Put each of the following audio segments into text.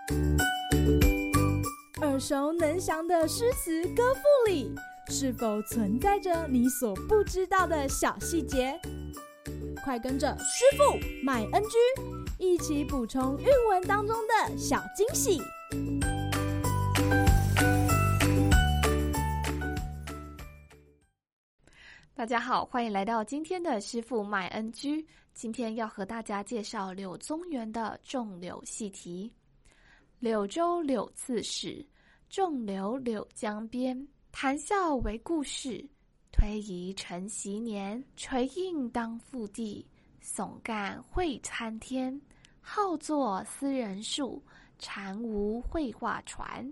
耳熟能详的诗词歌赋里，是否存在着你所不知道的小细节？快跟着师傅麦恩居一起补充韵文当中的小惊喜。 大家好，欢迎来到今天的师傅麦恩居。今天要和大家介绍柳宗元的种柳戏题。柳州柳刺史，种柳柳江边。谈笑为故事，推移成习年。垂荫当覆地，耸干会参天。好作思人树，禅无绘画传。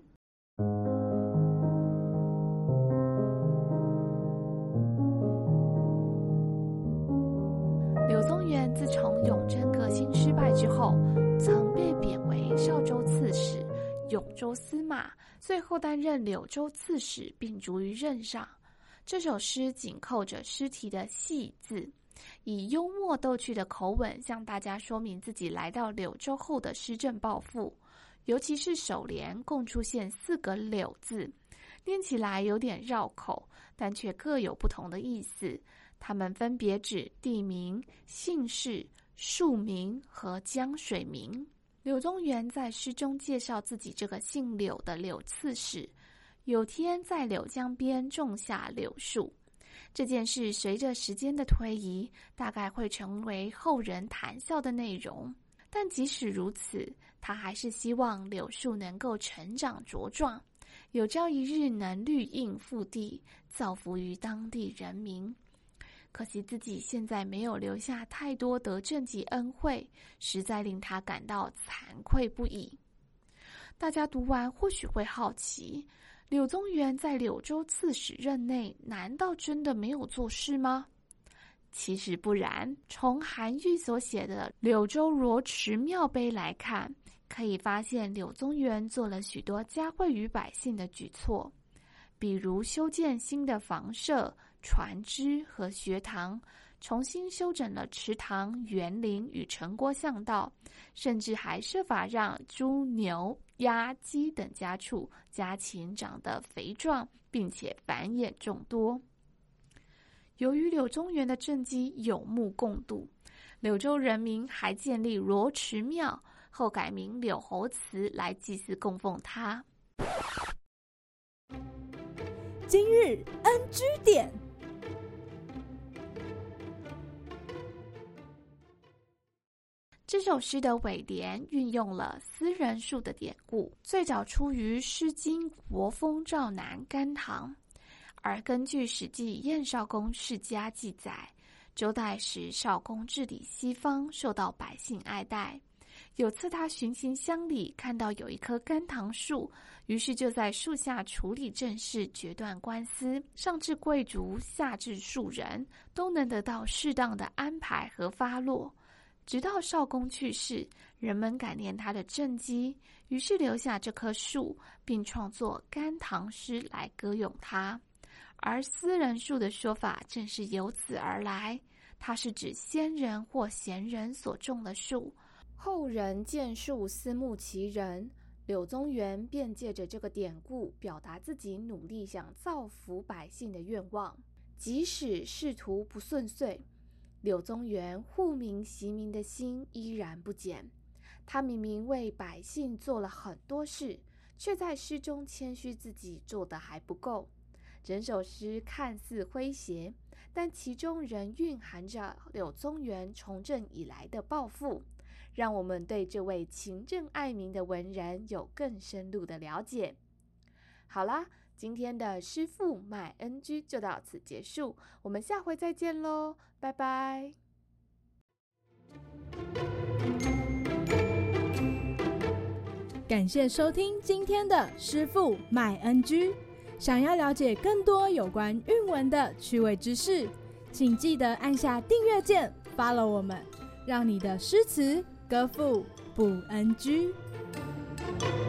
柳宗元自从永贞革新失败之后，曾被贬为邵州刺史、永州司马，最后担任柳州刺史，并逐于任上。这首诗紧扣着诗题的戏字，以幽默逗趣的口吻向大家说明自己来到柳州后的施政抱负。尤其是首联共出现4个柳字，念起来有点绕口，但却各有不同的意思。它们分别指地名、姓氏、树名和江水名。柳宗元在诗中介绍自己这个姓柳的柳刺史，有天在柳江边种下柳树。这件事随着时间的推移，大概会成为后人谈笑的内容。但即使如此，他还是希望柳树能够成长茁壮，有朝一日能绿荫覆地，造福于当地人民。可惜自己现在没有留下太多德政及恩惠，实在令他感到惭愧不已。大家读完或许会好奇，柳宗元在柳州刺史任内，难道真的没有做事吗？其实不然，从韩愈所写的《柳州罗池庙碑》来看，可以发现柳宗元做了许多嘉惠于百姓的举措，比如修建新的房舍、船只和学堂，重新修整了池塘、园林与城郭巷道，甚至还设法让猪、牛、鸭、鸡等家畜家禽长得肥壮，并且繁衍众多。由于柳宗元的政绩有目共睹，柳州人民还建立罗池庙，后改名柳侯祠来祭祀供奉他。 今日 NG 点。 这首诗的尾联运用了思人树的典故，最早出于《诗经·国风·赵南·甘棠》，而根据《史记·燕绍公世家》记载，周代时绍公治理西方，受到百姓爱戴。有次他巡行乡里，看到有一棵甘棠树，于是就在树下处理政事，决断官司，上至贵族，下至庶人，都能得到适当的安排和发落。直到绍公去世，人们感念他的政绩，于是留下这棵树，并创作甘棠诗来歌咏他。而思人树的说法正是由此而来，它是指先人或贤人所种的树，后人见树思慕其人。柳宗元便借着这个典故，表达自己努力想造福百姓的愿望。即使仕途不顺遂，柳宗元护民习民的心依然不减。他明明为百姓做了很多事，却在诗中谦虚自己做得还不够。整首诗看似诙谐，但其中仍蕴含着柳宗元从政以来的抱负，让我们对这位勤政爱民的文人有更深入的了解。好啦，今天的师傅麦恩居就到此结束，我们下回再见咯，拜拜。 感谢收听今天的师傅麦恩居。想要了解更多有关韵文的趣味知识，请记得按下订阅键 ，follow 我们，让你的诗词歌赋不 NG。